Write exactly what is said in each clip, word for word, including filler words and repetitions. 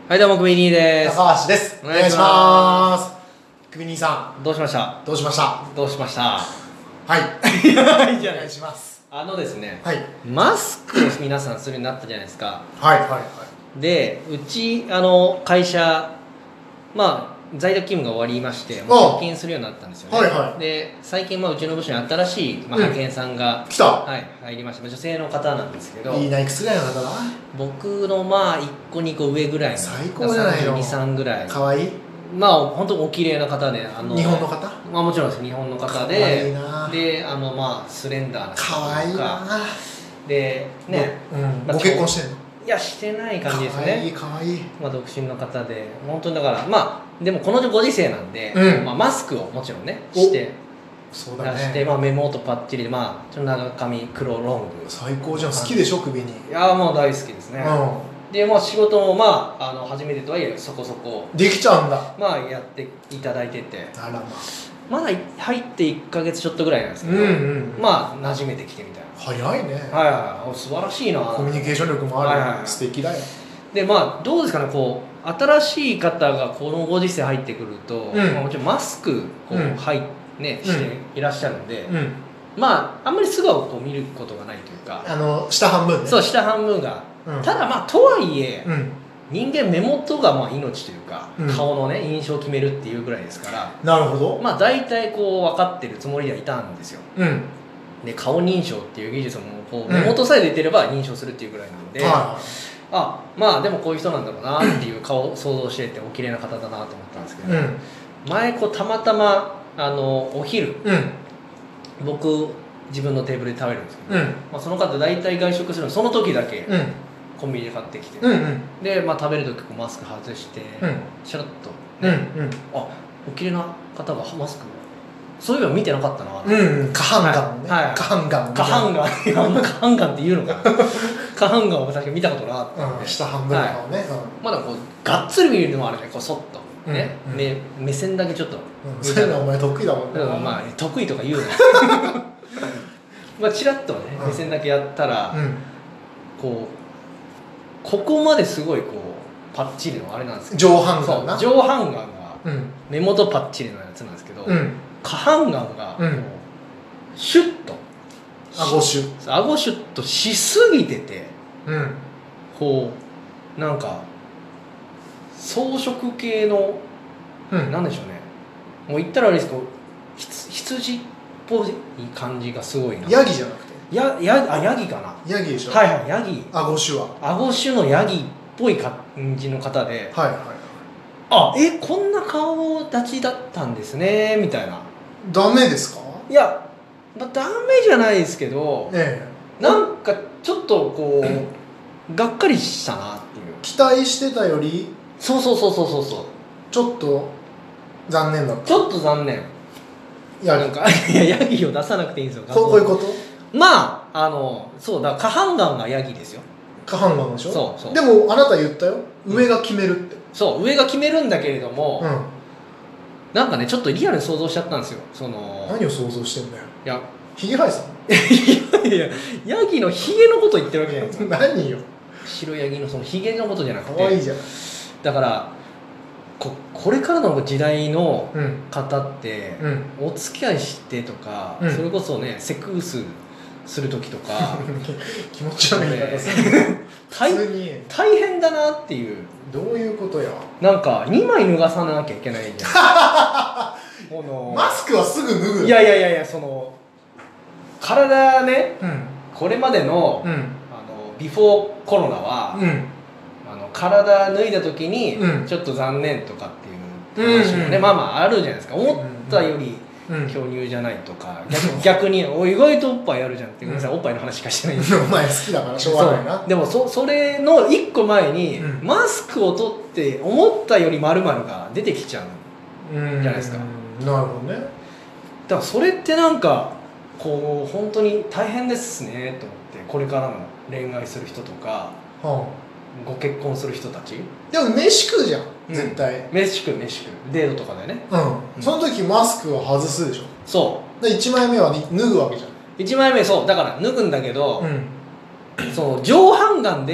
はい、どうも、くびにーです。 高橋です。 お願いします。 くびにーさん。どうしましたどうしましたどうしましたはい。 いじゃない。お願いします。 あのですね、 はい。 マスクを皆さんするようになったじゃないですか。 はいはいはい。 で、うち、あの、会社、まあ、在宅勤務が終わりまして、もう出勤するようになったんですよね。 はいはい。 で、最近、まあ、うちの部署に新しい、まあ、派遣さんが、 うん、来た。 はい、入りました。女性の方なんですけど、 いいな、いくつぐらいの方だ僕の、まあ、いっこにこ上ぐらいの、 最高じゃないの。 さんじゅうに、さんぐらい。 かわいい。 まあ本当お綺麗な方で、あの日本の方？ まあもちろんです。日本の方で、 かわいいな。 で、あのまあスレンダーな方とか、 かわいいな。 でね、 うん、 まあ、 ご結婚してんの？ いやしてない感じですね。 かわいいかわいい。 まあ独身の方で、本当にだからまあでもこのご時世なんで、 うん、 まあマスクをもちろんねして。 そうだね、 出して、まあ、目元パッチリで、まあ、ちょっと長髪黒ロング最高じゃん。好きでしょ首に。 いやもう大好きですね、うん、でもう仕事もまああの初めてとはいえそこそこできちゃうんだ。 まあやっていただいてて、 あらまあまだ入っていっかげつちょっとぐらいなんですけど、 うんうん、 まあ馴染めてきてみたいな。 早いね。 はいはい、素晴らしいな。 コミュニケーション力もある、はいはい、素敵だよ。 でまあどうですかね、こう新しい方がこのご時世入ってくると、うんまあ、もちろんマスクこう、うん、入ね、していらっしゃるので、うん、まああんまり素顔をこう見ることがないというか、 あの下半分ね。 そう下半分が、うん、ただまあとはいえ、うん、人間目元がまあ命というか、うん、顔のね印象を決めるっていうぐらいですから、 なるほど。まあ大体こう分かってるつもりではいたんですよ、うん、で顔認証っていう技術もこう目元さえ出てれば認証するっていうぐらいなんで、うん、あまあでもこういう人なんだろうなっていう顔を想像しててお綺麗な方だなと思ったんですけど、うん、前こうたまたまあのお昼、うん、僕自分のテーブルで食べるんですけど、うんまあ、その方大体外食するのその時だけ、うん、コンビニで買ってきて、うんうん、で、まあ、食べる時こうマスク外して、うん、シャラッと、ねうんうん、あお綺麗な方がマスクそういえば見てなかったな、 うんうん、下半眼ね、はいはい、下半眼下半眼下半眼って言うのかな下半眼を確か見たことなかったんで、 うん、下半分の顔ね、はいうん、 まだこうがっつり見るのもあるね、こうそっとね、うんうん、目, 目線だけちょっと、 うん、そういうのお前得意だもんね、 うん、まあ得意とか言うのまあチラッとね、うん、目線だけやったら、うん、こうここまですごいこうパッチリのあれなんですけど上半眼な上半眼が目元パッチリのやつなんですけど、うん、下半眼がこう、うん、シュッと顎シュッ顎シュッとしすぎてて、うん、こうなんか装飾系の、うん、なんでしょうね、もう言ったらあれですけど羊っぽい感じがすごいな。 ヤギじゃなくてややあヤギかな。 ヤギでしょ。 はいはいヤギ。 顎シュは顎シュのヤギっぽい感じの方で、 はいはい、 あえこんな顔立ちだったんですねみたいな。 ダメですか？ いやダメじゃないですけど、ええ、なんかちょっとこう、うん、がっかりしたなっていう。 期待してたよりそうそうそうそうそうそうちょっと残念だった。 ちょっと残念。 ヤギなんかいやヤギを出さなくていいんですよ。 こう、こういうこと？ まああのそうだ下半眼がヤギですよ。 下半眼でしょ。 そうそう。 でもあなた言ったよ、上が決めるって、うん、 そう上が決めるんだけれども、うん、なんかねちょっとリアルに想像しちゃったんですよ。その何を想像してんだよ。 いやヒゲ生えさんいやいやヤギのヒゲのこと言ってるわけじゃないですか何よ白ヤギのそのヒゲのことじゃなくて、 かわいいじゃん。 だからこ, これからの時代の方って、うん、お付き合いしてとか、うん、それこそねセクースする時とか気持ち悪い言い方する大, 大変だなっていう。 どういうことや。 なんかにまい脱がさなきゃいけないじゃんこのマスクはすぐ脱ぐ。 いやいやいやいやその体ね、うん、これまでの、うん、あのビフォーコロナは、うん体脱いだ時にちょっと残念とかっていう話もね、うんうん、まあまああるじゃないですか。思ったより巨乳じゃないとか、うん、逆, 逆にお意外とおっぱいあるじゃんって、ごめんなさいおっぱいの話しかしてないんですけどお前好きだからしょうがないな。 でも そ, それのいっこまえに、うん、マスクを取って思ったより〇〇が出てきちゃうじゃないですか。 なるほどね。 だからそれってなんかこう本当に大変ですねと思って、これからの恋愛する人とか、はあご結婚する人たち。 でも飯食うじゃん絶対、 うん、飯食う飯食うデートとかでね、 うん、うん、その時マスクを外すでしょ。 そうでいちまいめは脱ぐわけじゃん。 いちまいめそうだから脱ぐんだけど、うん、その上半眼で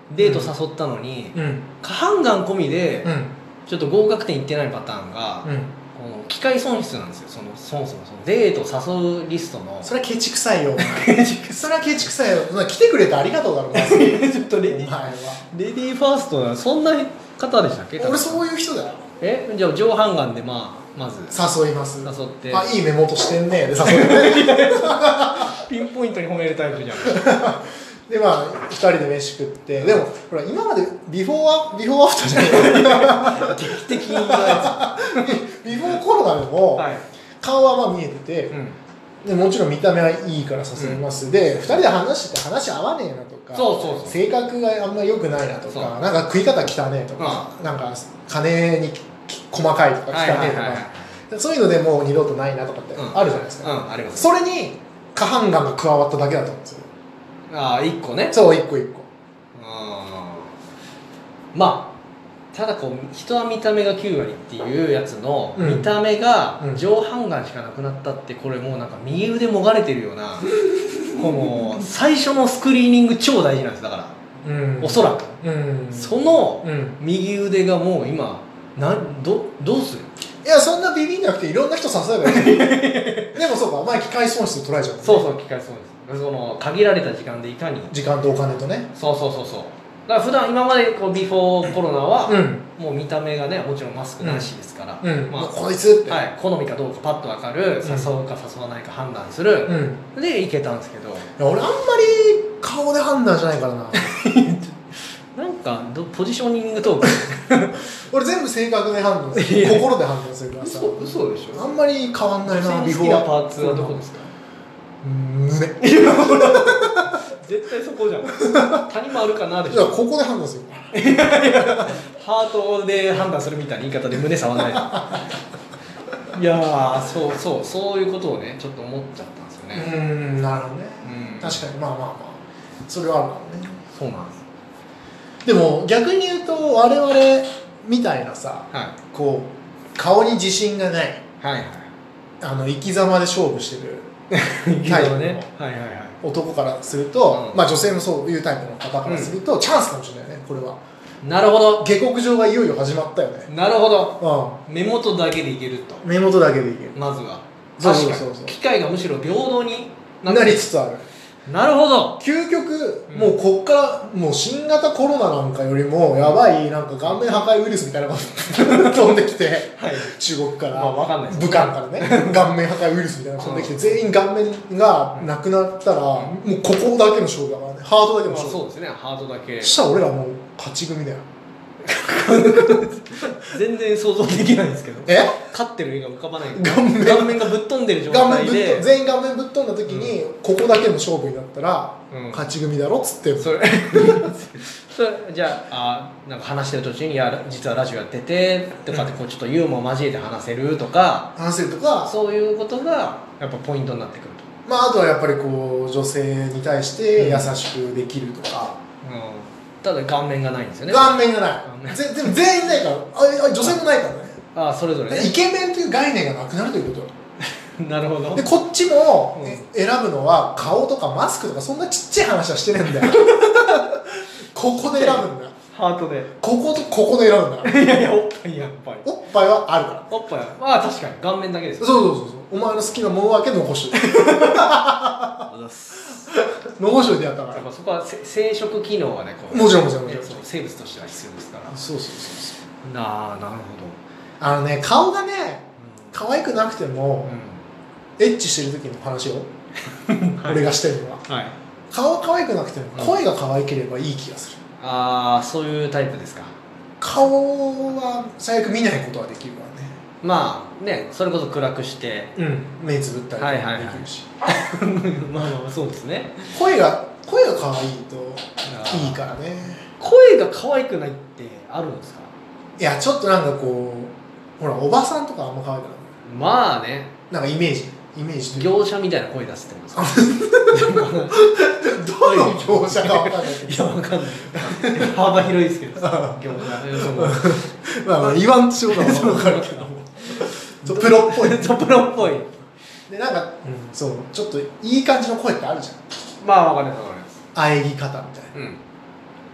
デート誘ったのに、 うん、 過半眼込みで、 うん、 ちょっと合格点いってないパターンが、 うん、 この機械損失なんですよ。そのそもそもそのデート誘うリストのそれはケチくさいよそれはケチくさいよ。来てくれてありがとうだろうなちょっとレディーレディーファーストなそんな方でしたっけ？ 俺そういう人だよ。 えじゃあ上半眼でまあまず誘います。 誘ってあいい目元してんねで誘ってピンポイントに褒めるタイプじゃんでまあふたりで飯食って、でもほら今までビフォーはビフォーアフターじゃない劇的に言われてビフォーコロナでも、はい、顔はまあ見えてて、うん、でもちろん見た目はいいから誘います、うん、でふたりで話してて話合わねえなとか、 そうそうそう、 性格があんまり良くないなとか、なんか食い方汚ねえとか、うん、なんか金に細かいとか汚ねえとか、はいはいはいはい、そういうのでもう二度とないなとかってあるじゃないですか、 うんうん、あります。 それに過半眼が加わっただけだと思うんですよ。 ああいっこね。 そういっこいっこ。 あまあただこう人は見た目がきゅうわりっていうやつの、うん、見た目が上半眼しかなくなったって、これもうなんか右腕もがれてるようなこの最初のスクリーニング超大事なんです。だから、うん、おそらく、うん、その右腕がもう今な ど, どうする？ いやそんなビビんなくていろんな人誘えばいいでもそうかお前機械損失捉えちゃう、ね、 そうそう機械損失。その限られた時間でいかに時間とお金とね。 そうそうそうそう。だから普段今までこうビフォーコロナは、うん、もう見た目がねもちろんマスクなしですから、 うんうん、 まあ、 こいつって、 はい、好みかどうかパッと分かる、誘うか誘わないか判断する、うん、でいけたんですけど、いや俺あんまり顔で判断じゃないからななんかどポジショニングトーク俺全部性格で判断する心で判断するからさ。 嘘嘘でしょ。 あんまり変わんないな。 ビフォー好きなパーツはどこですか？ 胸絶対そこじゃん。谷もあるかなでしょ。 いやここで判断するハートで判断するみたいな言い方で胸触らないいやーそうそうそういうことをねちょっと思っちゃったんですよね。 うんなるほどね、うん、確かにまあまあまあそれはあるかもね。 そうなんです。 でも逆に言うと我々みたいなさ、はい、こう顔に自信がない、はいはい、あの生き様で勝負してるタイプの男からすると、うん、まあ女性もそういうタイプの方からすると、うん、チャンスかもしれないねこれは。 なるほど。 下克上がいよいよ始まったよね。 なるほど、うん、目元だけでいけると。 目元だけでいけるまずは。 そうそうそうそう。 機会がむしろ平等になりつつある。 なるほど。 究極、うん、もうこっからもう新型コロナなんかよりもやばいなんか顔面破壊ウイルスみたいなのが飛んできて、はい、中国から、まあ、わかんないです武漢からね顔面破壊ウイルスみたいなのが飛んできて、うん、全員顔面がなくなったら、うん、もうここだけの勝負だからね。ハートだけの勝負、 まあ、そうですねハートだけ。 そしたら俺らもう勝ち組だよ全然想像できないんですけど。 え勝ってる絵が浮かばない。顔面顔面がぶっ飛んでる状態で全員顔面ぶっ飛んだ時に、うん、ここだけの勝負になったら、うん、勝ち組だろっつってそれそれじゃあ、あなんか話してる途中にいや実はラジオやっててとかってこうちょっとユーモア交えて話せるとか話せるとかそういうことがやっぱポイントになってくると。 まああとはやっぱりこう女性に対して優しくできるとか、 うんうんただ顔面がないんですよね。 顔面がないぜでも全員ないからああ女性もないからね。 ああそれぞれね。 イケメンという概念がなくなるということなるほど。 でこっちも、うん、選ぶのは顔とかマスクとかそんなちっちゃい話はしてねえんだよここで選ぶんだよ。 ハートでこことここで選ぶんだいやいやおっぱいやっぱりおっぱいはあるからおっぱいはまあ確かに顔面だけです。 そうそうそうそうお前の好きなものだけ残しといて残しといてやったから。やっぱそこは生殖機能はねこうもちろんもちろんもちろん生物としては必要ですから。 そうそうそうそうなあなるほど。 あのね顔がね、うん、可愛くなくても、うん、エッチしてる時の話をはい、俺がしてるのは、はい、顔が可愛くなくても声が可愛ければいい気がする、 うん、ああそういうタイプですか。顔は最悪見ないことはできるからね。 まあねそれこそ暗くして、 うん、目つぶったりとかできるし、 はいはいはい、まあまあそうですね。 声が声が可愛いといいからね。 声が可愛くないってあるんですか。 いやちょっとなんかこうほらおばさんとかあんま可愛くない。 まあねなんかイメージイメージ業者みたいな声出すってことですかどの業者か分かんないけどいや分かんない幅広いですけど業者そのまあまあ言わんと仕事は分かるけどプロっぽいプロっぽいでなんか、うん、そうちょっといい感じの声ってあるじゃん。 まあ分かります分かります。 喘ぎ方みたいな、うん、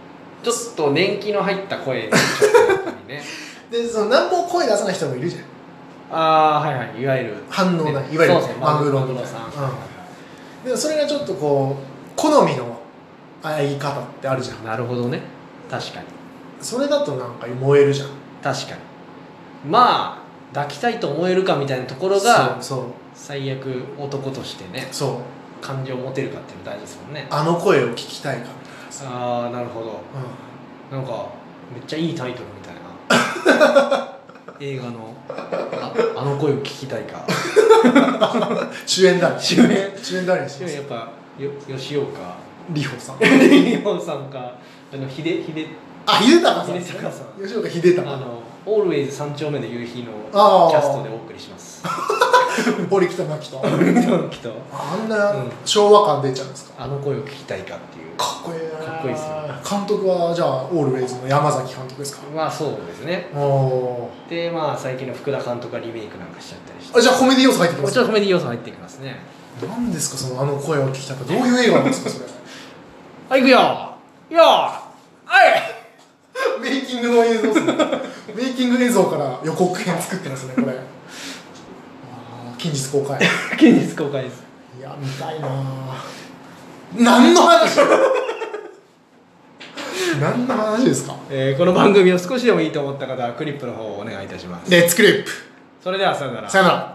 ちょっと年季の入った声にちょっとやっぱりねでその何も声出さない人もいるじゃん。 ああはいはい、いわゆる反応ない、いわゆるマグロみたいな、うん、でもそれがちょっとこう好みの相い方ってあるじゃん。 なるほどね、確かにそれだとなんか燃えるじゃん。 確かに、まあ抱きたいと思えるかみたいなところがそうそう最悪男としてね、 そう感情を持てるかっていうの大事ですもんね。 あの声を聞きたいかみたいなさ。 ああなるほど、うん、なんかめっちゃいいタイトルみたいな映画の あ, あの声を聞きたいか主演だ主演主演誰にします？ やっぱよ吉岡里帆さん里帆さんかあの秀秀あ秀隆さん、 秀隆さん吉岡秀隆、 あのオールウェイズ三丁目の夕日のキャストでお送りします堀北真希と堀北真希とあんな昭和感出ちゃうんですか？ あの声を聞きたいかっていうかっこいいな。 かっこいいですよ。 監督はじゃあオールウェイズの山崎監督ですか？ まあそうですね。 おでまあ最近の福田監督がリメイクなんかしちゃったりして、 あじゃあコメディ要素入ってきますちょっとコメディ要素入ってきますね。 何ですかそのあの声を聞きたいか、どういう映画なんですかそれはい行くよよはいメイキングの映像ですねメイキング映像から予告編作ってますねこれ。あ近日公開近日公開です。 いや見たいな。何の話何の話ですか？ えー、この番組を少しでもいいと思った方はクリップの方をお願いいたします。 レッツクリップ。 それではさよなら。 さよなら。